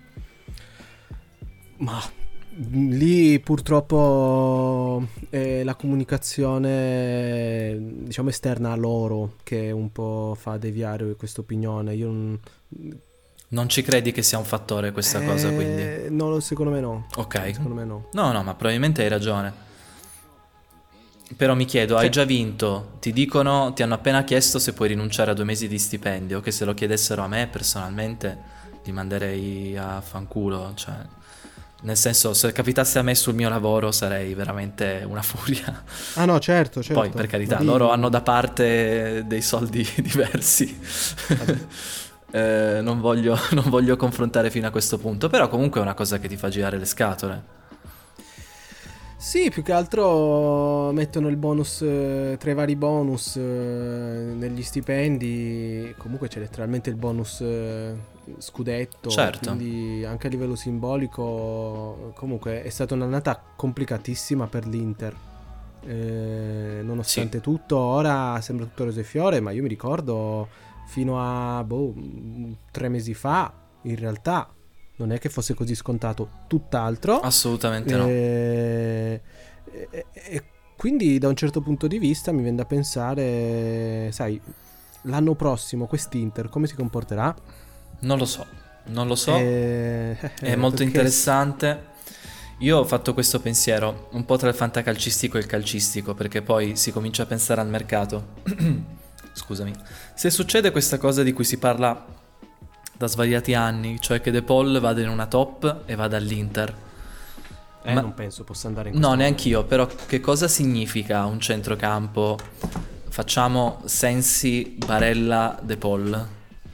S2: Ma lì purtroppo è la comunicazione, diciamo, esterna a loro che un po' fa deviare questa opinione. Io non,
S1: Non ci credi che sia un fattore questa cosa, quindi?
S2: eh, no, lo- secondo me no.
S1: Ok.
S2: Secondo me no.
S1: No, no, ma probabilmente hai ragione. Però mi chiedo, hai
S2: Cioè,
S1: già vinto? Ti dicono, ti hanno appena chiesto se puoi rinunciare a due mesi di stipendio, che se lo chiedessero a me personalmente li manderei a fanculo, cioè... Nel senso, se capitasse a me sul mio lavoro sarei veramente una furia.
S2: ah no, certo, certo.
S1: Poi, per carità,
S2: Ma lì-
S1: loro hanno da parte dei soldi diversi. Eh, non voglio, non voglio confrontare fino a questo punto, però comunque è una cosa che ti fa girare le scatole.
S2: Sì, più che altro mettono il bonus, eh, tra i vari bonus eh, negli stipendi, comunque c'è letteralmente il bonus eh, scudetto,
S1: Certo.
S2: quindi anche a livello simbolico comunque è stata un'annata complicatissima per l'Inter. Eh, nonostante
S1: Sì.
S2: tutto, ora sembra tutto rose e fiore, ma io mi ricordo fino a boh, tre mesi fa, in realtà non è che fosse così scontato, tutt'altro.
S1: Assolutamente no.
S2: E, e, e quindi da un certo punto di vista mi viene da pensare, sai, l'anno prossimo quest'Inter come si comporterà?
S1: Non lo so, non lo so,
S2: E...
S1: è molto
S2: perché...
S1: interessante. Io ho fatto questo pensiero un po' tra il fantacalcistico e il calcistico, perché poi si comincia a pensare al mercato. Scusami. Se succede questa cosa di cui si parla da svariati anni, cioè che De Paul vada in una top e vada all'Inter.
S2: Eh,
S1: Ma...
S2: non penso possa andare in questo
S1: No,
S2: modo.
S1: neanch'io, però che cosa significa un centrocampo? Facciamo Sensi, Barella, De Paul.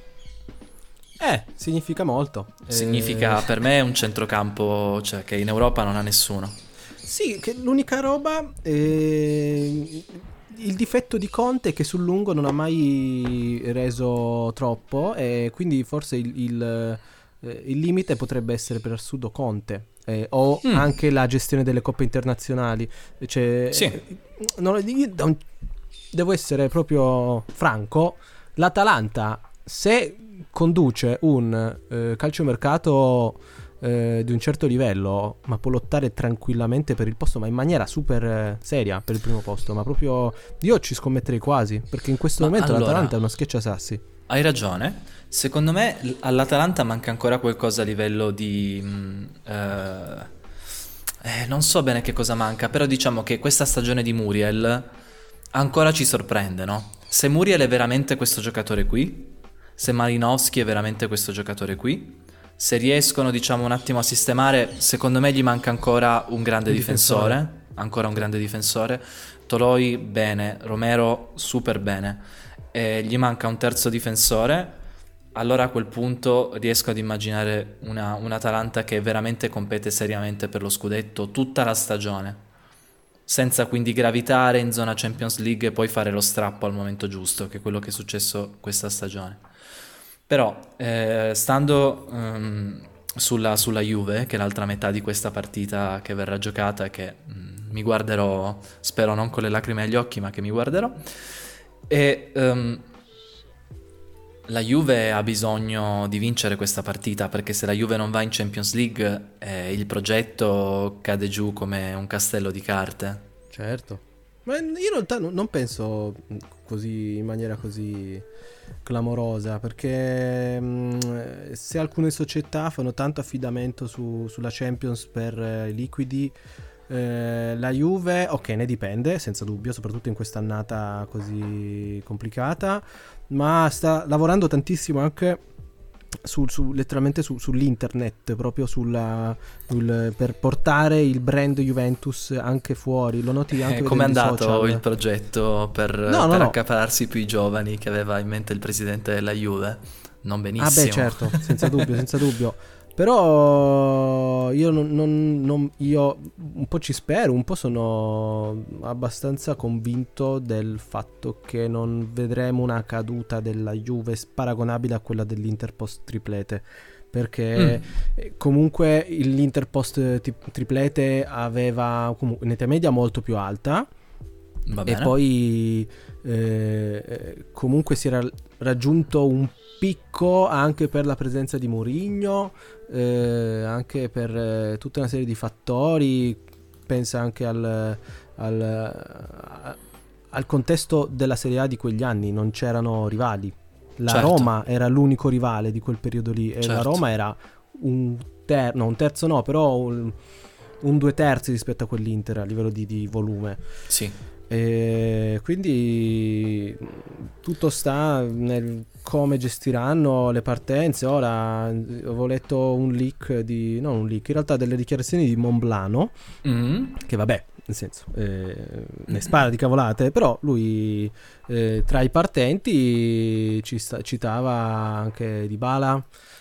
S2: Eh, significa molto.
S1: Significa
S2: Eh,
S1: per me un centrocampo, cioè, che in Europa non ha nessuno.
S2: Sì, che l'unica roba, eh, il difetto di Conte è che sul lungo non ha mai reso troppo e quindi forse il, il, eh, il limite potrebbe essere per assurdo Conte. Eh, o
S1: Mm.
S2: anche la gestione delle coppe internazionali. Cioè,
S1: Sì.
S2: eh, non- io da un- devo essere proprio franco, l'Atalanta se conduce un eh, calciomercato eh, di un certo livello, ma può lottare tranquillamente per il posto, ma in maniera super eh, seria per il primo posto, ma proprio io ci scommetterei quasi, perché in questo
S1: Ma
S2: momento
S1: allora-
S2: l'Atalanta è uno schiacciasassi.
S1: Hai ragione. Secondo me l- all'Atalanta manca ancora qualcosa a livello di... mm, eh, eh, non so bene che cosa manca, però diciamo che questa stagione di Muriel ancora ci sorprende, no? Se Muriel è veramente questo giocatore qui, se Malinowski è veramente questo giocatore qui, se riescono, diciamo, un attimo a sistemare, secondo me gli manca ancora un grande
S2: Un
S1: difensore,
S2: difensore.
S1: ancora un grande difensore. Toloi bene, Romero super bene. E gli manca un terzo difensore, allora a quel punto riesco ad immaginare una, un'Atalanta che veramente compete seriamente per lo scudetto tutta la stagione, senza quindi gravitare in zona Champions League e poi fare lo strappo al momento giusto, che è quello che è successo questa stagione. Però, eh, stando ehm, sulla, sulla Juve, che è l'altra metà di questa partita che verrà giocata e che mm, mi guarderò, spero non con le lacrime agli occhi, ma che mi guarderò, e ehm, la Juve ha bisogno di vincere questa partita, perché se la Juve non va in Champions League eh, il progetto cade giù come un castello di carte.
S2: Certo. Ma io in realtà non non penso così in maniera così clamorosa, perché mh, se alcune società fanno tanto affidamento su- sulla Champions per eh, liquidi, eh, la Juve, ok, ne dipende, senza dubbio, soprattutto in quest'annata così complicata, ma sta lavorando tantissimo anche su, su- letteralmente su- sull'internet, proprio sulla, sul- per portare il brand Juventus anche fuori. Lo noti anche
S1: Eh, come è
S2: vedendo i
S1: andato
S2: social.
S1: il progetto per,
S2: No, no,
S1: per
S2: no.
S1: accapararsi più i giovani che aveva in mente il presidente della Juve? Non
S2: Ah
S1: benissimo.
S2: beh, certo, senza dubbio, senza dubbio. Però io non, non- non- io un po' ci spero, un po' sono abbastanza convinto del fatto che non vedremo una caduta della Juve paragonabile a quella dell'Inter post triplete. Perché eh, comunque il- l'Inter post ti- triplete aveva comunque un'età media molto più alta.
S1: Va
S2: E
S1: bene.
S2: poi eh, eh, comunque si era raggiunto un picco anche per la presenza di Mourinho, eh, anche per eh, tutta una serie di fattori. Pensa anche al, al, a- al contesto della Serie A di quegli anni, non c'erano rivali. La
S1: Certo.
S2: Roma era l'unico rivale di quel periodo lì, e la
S1: Certo.
S2: Roma era un, ter- no, un terzo no, però un, un due terzi rispetto a quell'Inter a livello di, di volume.
S1: Sì.
S2: E quindi tutto sta nel come gestiranno le partenze. Ora avevo letto un leak di, non un leak, in realtà delle dichiarazioni di Monblano,
S1: Mm.
S2: che vabbè, nel senso eh, ne spara di cavolate, però lui eh, tra i partenti ci sta- citava anche Dybala,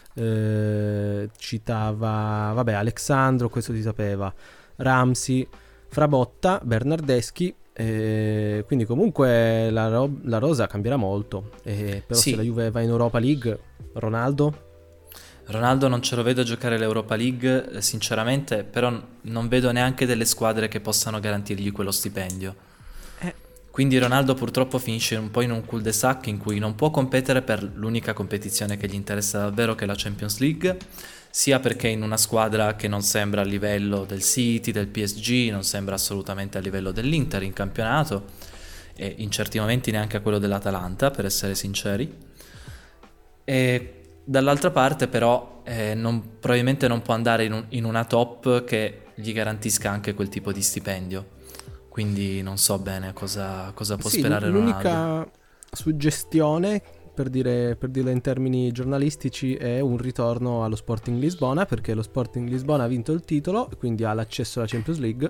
S2: eh, citava vabbè Alexandro, questo si sapeva, Ramsey, Frabotta, Bernardeschi. Eh, quindi comunque la, ro- la rosa cambierà molto. Eh, però
S1: Sì.
S2: se la Juve va in Europa League, Ronaldo,
S1: Ronaldo non ce lo vedo giocare l'Europa League, eh, sinceramente, però n- non vedo neanche delle squadre che possano garantirgli quello stipendio.
S2: Eh.
S1: Quindi Ronaldo purtroppo finisce un po' in un cul-de-sac in cui non può competere per l'unica competizione che gli interessa davvero, che è la Champions League. sia perché in una squadra che non sembra a livello del City, del P S G, non sembra assolutamente a livello dell'Inter in campionato, e in certi momenti neanche a quello dell'Atalanta, per essere sinceri. E dall'altra parte però eh, non, probabilmente non può andare in, un, in una top che gli garantisca anche quel tipo di stipendio, quindi non so bene cosa, cosa può
S2: Sì,
S1: sperare
S2: l'unica
S1: Ronaldo.
S2: suggestione, per dire, per dirla in termini giornalistici, è un ritorno allo Sporting Lisbona, perché lo Sporting Lisbona ha vinto il titolo, quindi ha l'accesso alla Champions League.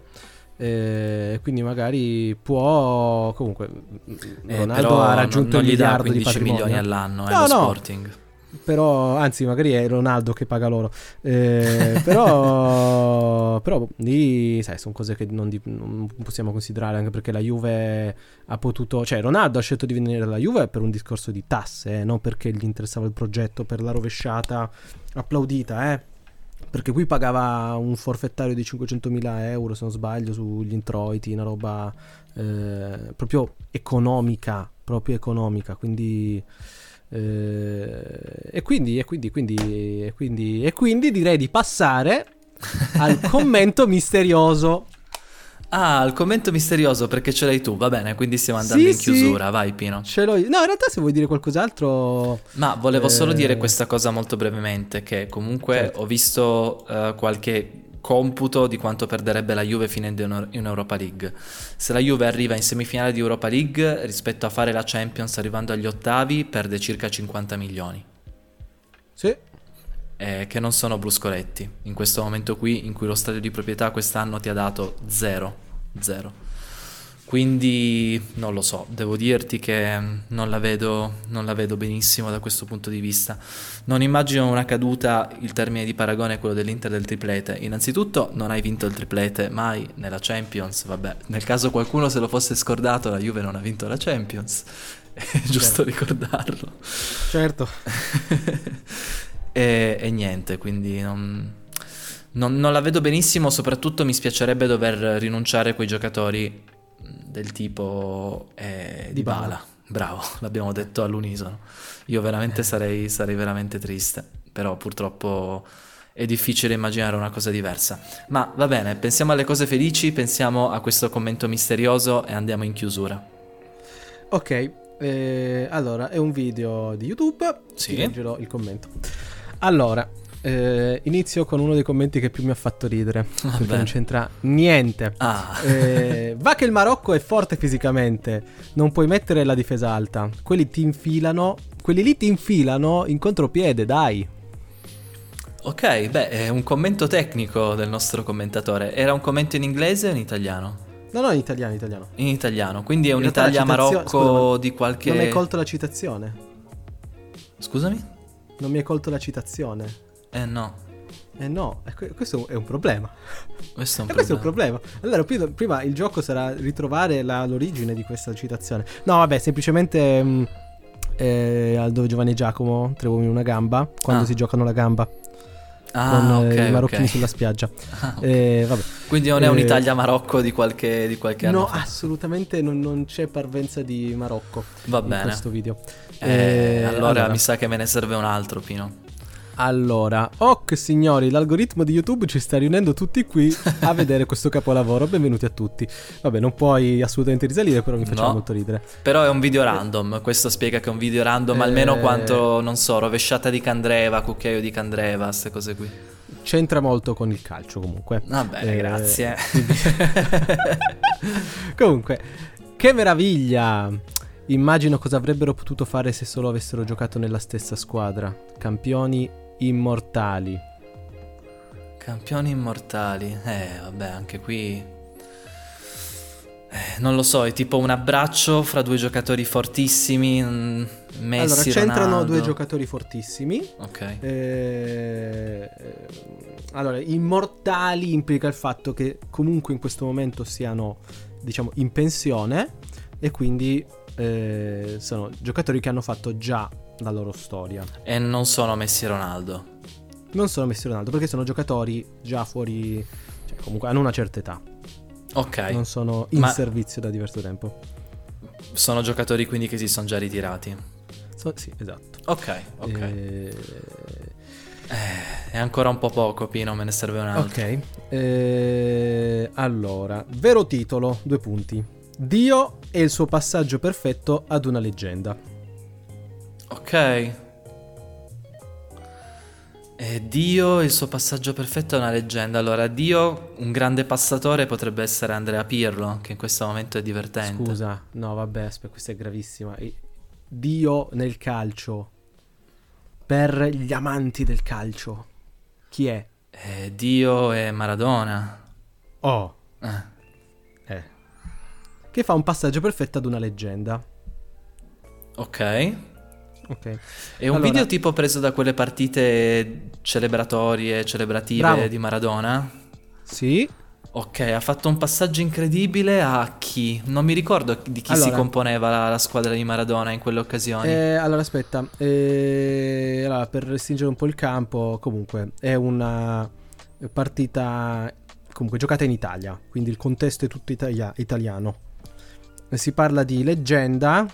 S2: E quindi magari può, comunque
S1: Eh,
S2: Ronaldo
S1: però
S2: ha raggiunto
S1: non, non
S2: il
S1: gli dà
S2: miliardo di
S1: quindici
S2: patrimonio.
S1: milioni all'anno, è
S2: No,
S1: lo
S2: no.
S1: Sporting.
S2: Però, anzi, magari è Ronaldo che paga loro. Eh, però, però lì, sai, sono cose che non, di, non possiamo considerare, anche perché la Juve ha potuto, cioè Ronaldo ha scelto di venire dalla Juve per un discorso di tasse, eh, non perché gli interessava il progetto, per la rovesciata applaudita, eh. Perché qui pagava un forfettario di cinquecentomila euro, se non sbaglio, sugli introiti, una roba eh, proprio economica, proprio economica, quindi... Eh, e quindi e quindi, quindi e quindi e quindi direi di passare al commento misterioso.
S1: Ah, il commento misterioso, perché ce l'hai tu, va bene, quindi stiamo andando
S2: Sì,
S1: in chiusura,
S2: sì,
S1: vai Pino.
S2: ce l'ho io. No, in realtà se vuoi dire qualcos'altro.
S1: Ma volevo solo
S2: eh,
S1: dire questa cosa molto brevemente, che comunque
S2: certo.
S1: ho visto eh, qualche computo di quanto perderebbe la Juve finendo in, in Europa League. Se la Juve arriva in semifinale di Europa League, rispetto a fare la Champions arrivando agli ottavi, perde circa cinquanta milioni.
S2: Sì.
S1: Eh, che non sono bruscoletti in questo momento qui in cui lo stadio di proprietà quest'anno ti ha dato zero, zero. Quindi non lo so, devo dirti che non la vedo, non la vedo benissimo da questo punto di vista. Non immagino una caduta, il termine di paragone è quello dell'Inter del triplete. Innanzitutto non hai vinto il triplete mai nella Champions, vabbè, nel caso qualcuno se lo fosse scordato, la Juve non ha vinto la Champions, è giusto
S2: Certo.
S1: ricordarlo.
S2: Certo.
S1: E, e niente, quindi non, non, non la vedo benissimo, soprattutto mi spiacerebbe dover rinunciare a quei giocatori del tipo eh, Dybala. Bravo, l'abbiamo detto all'unisono. Io veramente sarei, sarei veramente triste, però purtroppo è difficile immaginare una cosa diversa. Ma va bene, pensiamo alle cose felici, pensiamo a questo commento misterioso e andiamo in chiusura.
S2: Ok, eh, allora è un video di YouTube.
S1: Sì.
S2: Ti leggerò il commento. Allora, eh, inizio con uno dei commenti che più mi ha fatto ridere,
S1: Va
S2: perché
S1: bene.
S2: non c'entra niente.
S1: Ah.
S2: Eh, va che il Marocco è forte fisicamente, non puoi mettere la difesa alta. Quelli ti infilano, quelli lì ti infilano in contropiede, dai.
S1: Ok, beh, è un commento tecnico del nostro commentatore. Era un commento in inglese o in italiano?
S2: No, no, in italiano, in italiano.
S1: In italiano, quindi è
S2: In realtà la
S1: un'Italia-Marocco
S2: citazio- scusa, ma
S1: di qualche...
S2: Non mi hai colto la citazione.
S1: Scusami?
S2: Non mi hai colto la citazione.
S1: Eh no,
S2: Eh no, eh, que- questo è un problema.
S1: questo è un
S2: E questo è un
S1: problema.
S2: problema. Allora, prima, prima il gioco sarà ritrovare la- l'origine di questa citazione. No, vabbè, semplicemente mh, eh, al dove Giovanni e Giacomo, tre uomini e una gamba, quando
S1: Ah.
S2: si giocano la gamba
S1: Ah,
S2: con
S1: ok,
S2: eh, i marocchini
S1: ok.
S2: sulla spiaggia.
S1: Ah, ok.
S2: Eh, vabbè.
S1: Quindi non è
S2: Eh,
S1: un'Italia-Marocco di qualche, di qualche anno
S2: No,
S1: fa.
S2: assolutamente non, non c'è parvenza di Marocco
S1: Va
S2: in
S1: bene.
S2: questo video.
S1: Eh,
S2: Eh,
S1: allora,
S2: allora.
S1: mi sa che me ne serve un altro, Pino.
S2: Allora, ok signori, l'algoritmo di YouTube ci sta riunendo tutti qui a vedere questo capolavoro. Benvenuti a tutti. Vabbè, non puoi assolutamente risalire, però mi faceva
S1: No.
S2: molto ridere.
S1: Però è un video random, questo spiega che è un video random,
S2: Eh.
S1: almeno quanto, non so, rovesciata di Candreva, cucchiaio di Candreva, queste cose qui.
S2: C'entra molto con il calcio comunque.
S1: Va bene,
S2: Eh,
S1: grazie.
S2: Comunque, che meraviglia! Immagino cosa avrebbero potuto fare se solo avessero giocato nella stessa squadra. Campioni immortali.
S1: Campioni immortali. Eh, vabbè, anche qui... Eh, non lo so, è tipo un abbraccio fra due giocatori fortissimi, mm, Messi,
S2: Allora, c'entrano
S1: Ronaldo.
S2: due giocatori fortissimi.
S1: Ok.
S2: Eh, eh, allora, immortali implica il fatto che comunque in questo momento siano, diciamo, in pensione e quindi eh, sono giocatori che hanno fatto già la loro storia.
S1: E non sono Messi e Ronaldo.
S2: Non sono Messi e Ronaldo perché sono giocatori già fuori, cioè comunque hanno una certa età.
S1: Ok.
S2: Non sono in
S1: Ma
S2: servizio da diverso tempo.
S1: sono giocatori quindi che si sono già ritirati.
S2: So- sì, esatto.
S1: Ok, ok.
S2: Eh,
S1: Eh, È ancora un po' poco, Pino, me ne serve un altro.
S2: Ok, eh, allora, vero titolo, due punti. Dio e il suo passaggio perfetto ad una leggenda.
S1: Ok. E Dio e il suo passaggio perfetto è una leggenda. Allora, Dio, un grande passatore, potrebbe essere Andrea Pirlo, che in questo momento è divertente.
S2: Scusa, no vabbè, aspetta, questa è gravissima. Dio nel calcio, per gli amanti del calcio, chi è?
S1: E Dio e Maradona.
S2: Oh,
S1: Eh.
S2: eh. Che fa un passaggio perfetto ad una leggenda.
S1: Ok.
S2: Ok.
S1: È un
S2: Allora,
S1: video tipo preso da quelle partite celebratorie, celebrative
S2: bravo.
S1: di Maradona?
S2: Sì.
S1: Ok, ha fatto un passaggio incredibile a chi? Non mi ricordo di chi
S2: Allora,
S1: si componeva la, la squadra di Maradona in quelle occasioni.
S2: Eh, allora aspetta, eh, allora, per restringere un po' il campo, comunque è una partita comunque giocata in Italia, quindi il contesto è tutto italia- italiano. Si parla di leggenda,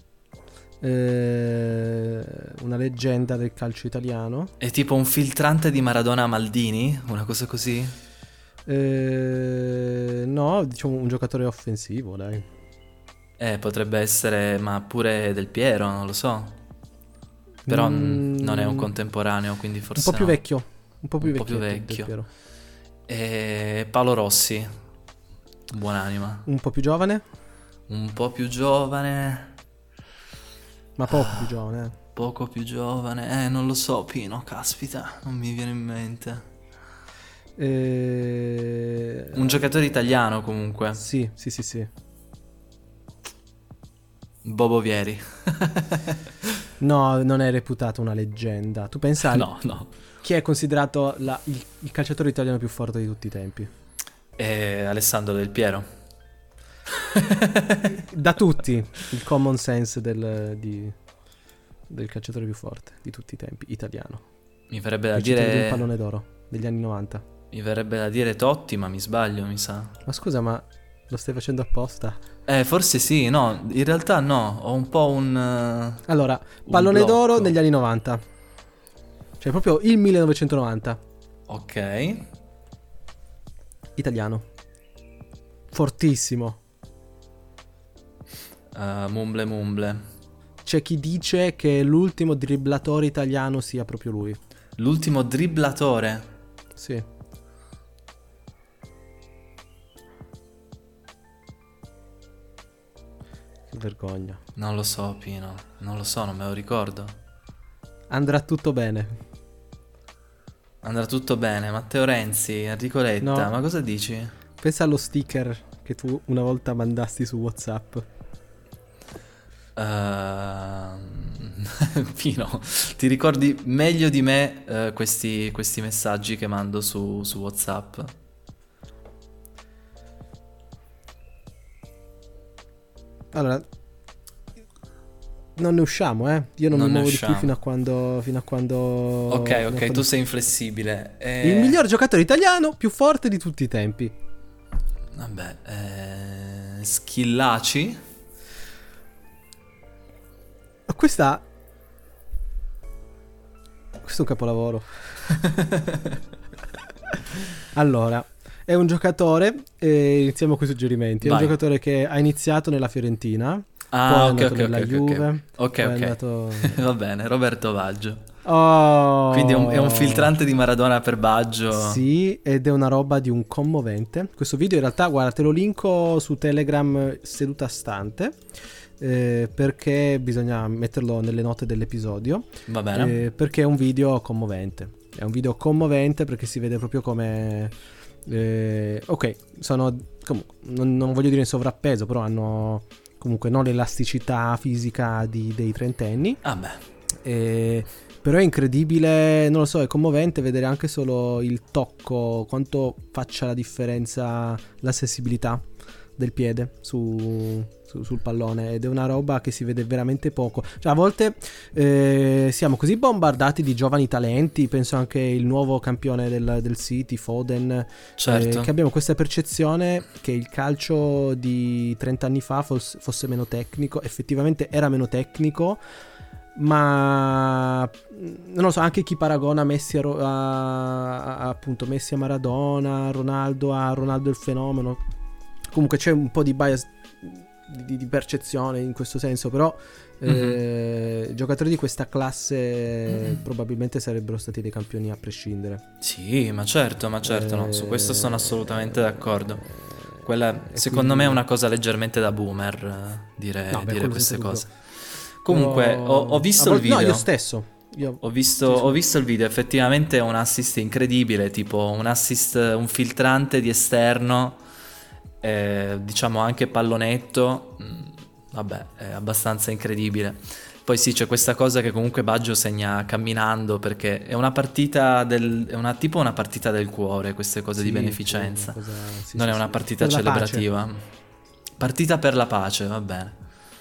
S2: eh, una leggenda del calcio italiano.
S1: È tipo un filtrante di Maradona a Maldini? Una cosa così?
S2: Eh, no, diciamo un giocatore offensivo, dai.
S1: Eh, potrebbe essere, ma pure Del Piero, non lo so. Però
S2: Mm,
S1: mm, non è un contemporaneo, quindi forse
S2: un po' più
S1: no.
S2: vecchio, un po' più
S1: Un po' più
S2: vecchietto,
S1: vecchio.
S2: Del Piero.
S1: E Paolo Rossi, buonanima.
S2: Un po' più giovane,
S1: Un po' più giovane,
S2: ma poco più giovane. eh.
S1: poco più giovane. Eh, non lo so, Pino, caspita, non mi viene in mente.
S2: Eh...
S1: Un giocatore italiano comunque.
S2: Sì, sì, sì, sì.
S1: Bobo Vieri.
S2: No, non è reputato una leggenda. Tu pensa al-
S1: No, no.
S2: chi è considerato la- il, il calciatore italiano più forte di tutti i tempi?
S1: E Alessandro Del Piero.
S2: Da tutti, il common sense del, di- del calciatore più forte di tutti i tempi, italiano.
S1: Mi verrebbe da
S2: Vincitore di un
S1: dire
S2: pallone d'oro degli anni novanta.
S1: Mi verrebbe da dire Totti, ma mi sbaglio, mi sa.
S2: Ma scusa, ma lo stai facendo apposta?
S1: Eh, forse sì, no, in realtà no, ho un po' un... eh,
S2: Allora,
S1: un
S2: pallone
S1: blocco.
S2: d'oro negli anni novanta. Cioè proprio il millenovecentonovanta.
S1: Ok.
S2: Italiano. Fortissimo.
S1: Uh, mumble mumble.
S2: C'è chi dice che l'ultimo dribblatore italiano sia proprio lui.
S1: L'ultimo dribblatore.
S2: Sì. Che vergogna.
S1: Non lo so, Pino. Non lo so, non me lo ricordo.
S2: Andrà tutto bene.
S1: Andrà tutto bene. Matteo Renzi, Enrico Letta,
S2: No.
S1: ma cosa dici?
S2: Pensa allo sticker che tu una volta mandasti su WhatsApp.
S1: Uh... Pino, ti ricordi meglio di me uh, questi, questi messaggi che mando su, su WhatsApp?
S2: Allora, non ne usciamo, eh. Io non,
S1: Non
S2: mi
S1: ne
S2: muovo di
S1: usciamo.
S2: più fino a quando. Fino a quando.
S1: Ok,
S2: fino a
S1: ok,
S2: quando-
S1: tu sei inflessibile. Eh,
S2: Il miglior giocatore italiano più forte di tutti i tempi.
S1: Vabbè, eh... Schillaci?
S2: Ma questa. Questo è un capolavoro. Allora, è un giocatore. E iniziamo con i suggerimenti. È
S1: Vai.
S2: un giocatore che ha iniziato nella Fiorentina.
S1: Ah,
S2: poi è
S1: ok,
S2: andato
S1: ok,
S2: nella
S1: ok, ok,
S2: Juve.
S1: ok,
S2: poi è
S1: ok.
S2: andato.
S1: Va bene, Roberto Baggio.
S2: Oh,
S1: Quindi è un, è un filtrante di Maradona per Baggio.
S2: Sì, ed è una roba di un commovente. Questo video in realtà, guarda, te lo linko su Telegram seduta stante, eh, perché bisogna metterlo nelle note dell'episodio,
S1: Va bene.
S2: eh, perché è un video commovente. È un video commovente perché si vede proprio come... eh, ok, sono... comunque, non, non voglio dire in sovrappeso, però hanno comunque non l'elasticità fisica di, dei trentenni.
S1: Ah beh,
S2: Eh, però è incredibile, non lo so, è commovente vedere anche solo il tocco, quanto faccia la differenza la sensibilità del piede su, su- sul pallone, ed è una roba che si vede veramente poco. Cioè a volte eh, siamo così bombardati di giovani talenti, penso anche il nuovo campione del, del City, Foden,
S1: certo.
S2: eh, che abbiamo questa percezione che il calcio di trenta anni fa fosse, fosse meno tecnico. Effettivamente era meno tecnico, ma non lo so, anche chi paragona Messi a, Ro- a, a- appunto Messi a Maradona, Ronaldo a Ronaldo il fenomeno, comunque c'è un po' di bias di, di percezione in questo senso, però eh, mm-hmm. giocatori di questa classe mm-hmm. probabilmente sarebbero stati dei campioni a prescindere.
S1: Sì, ma certo, ma certo, eh, no, su questo sono assolutamente d'accordo. Quella secondo
S2: quindi...
S1: me è una cosa leggermente da boomer, eh, dire,
S2: no, beh,
S1: dire queste cose.
S2: Dubbio.
S1: Comunque
S2: Però...
S1: ho, ho visto vol- il video.
S2: No, io stesso. Io...
S1: Ho visto, ho visto il video, effettivamente è un assist incredibile, tipo un assist, un filtrante di esterno, eh, diciamo anche pallonetto, mm, vabbè, è abbastanza incredibile. Poi sì, c'è questa cosa che comunque Baggio segna camminando, perché è una partita del, è una, tipo una partita del cuore, queste cose sì, di beneficenza, sì, cosa, sì, non sì, è una partita celebrativa. Partita per la pace, va bene.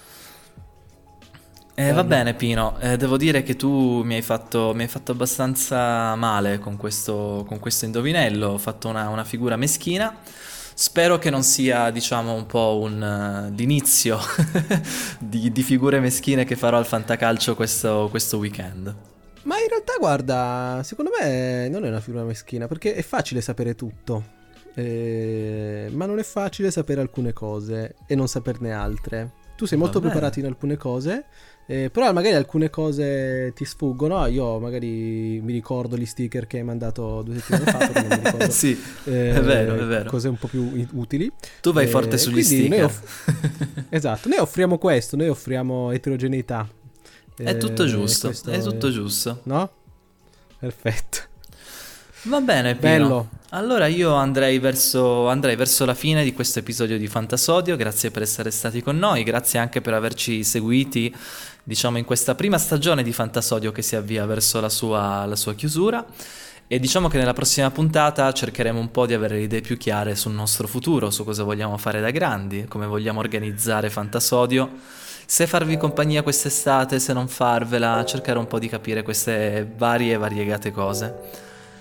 S1: Eh, va bene Pino, eh, devo dire che tu mi hai fatto, mi hai fatto abbastanza male con questo, con questo indovinello, ho fatto una, una figura meschina, spero che non sia diciamo un po' un, uh, l'inizio di, di figure meschine che farò al fantacalcio questo, questo weekend.
S2: Ma in realtà guarda, secondo me non è una figura meschina, perché è facile sapere tutto, eh, ma non è facile sapere alcune cose e non saperne altre. Tu sei molto preparato in alcune cose, eh, però magari alcune cose ti sfuggono. Io magari mi ricordo gli sticker che hai mandato due settimane fa, però non mi ricordo
S1: sì, eh, è vero, è vero.
S2: Cose un po' più utili.
S1: Tu vai eh, forte sugli sticker.
S2: Noi off- esatto, noi offriamo questo, noi offriamo eterogeneità.
S1: È eh, tutto giusto, è tutto è... giusto.
S2: No? Perfetto.
S1: Va bene, Pino. Bello. Allora io andrei verso, andrei verso la fine di questo episodio di Fantasodio. Grazie per essere stati con noi, grazie anche per averci seguiti, diciamo, in questa prima stagione di Fantasodio che si avvia verso la sua, la sua chiusura. E diciamo che nella prossima puntata cercheremo un po' di avere le idee più chiare sul nostro futuro, su cosa vogliamo fare da grandi, come vogliamo organizzare Fantasodio, se farvi compagnia quest'estate, se non farvela, cercare un po' di capire queste varie e variegate cose.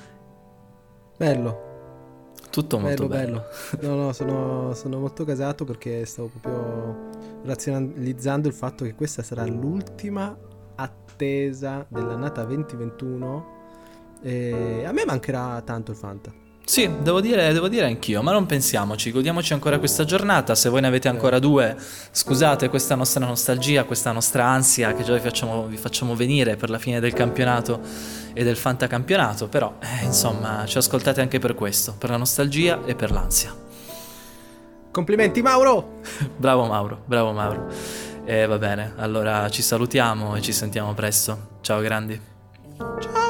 S2: Bello.
S1: Tutto molto
S2: bello,
S1: bello.
S2: bello. No, no, sono, sono molto gasato perché stavo proprio razionalizzando il fatto che questa sarà l'ultima attesa dell'annata venti ventuno e a me mancherà tanto il Fanta.
S1: Sì, devo dire, devo dire anch'io, ma non pensiamoci, godiamoci ancora questa giornata. Se voi ne avete ancora due, scusate questa nostra nostalgia, questa nostra ansia che già vi facciamo, vi facciamo venire per la fine del campionato e del fantacampionato, però eh, insomma ci ascoltate anche per questo, per la nostalgia e per l'ansia.
S2: Complimenti Mauro!
S1: Bravo Mauro, bravo Mauro. E eh, va bene, allora ci salutiamo e ci sentiamo presto. Ciao grandi.
S2: Ciao!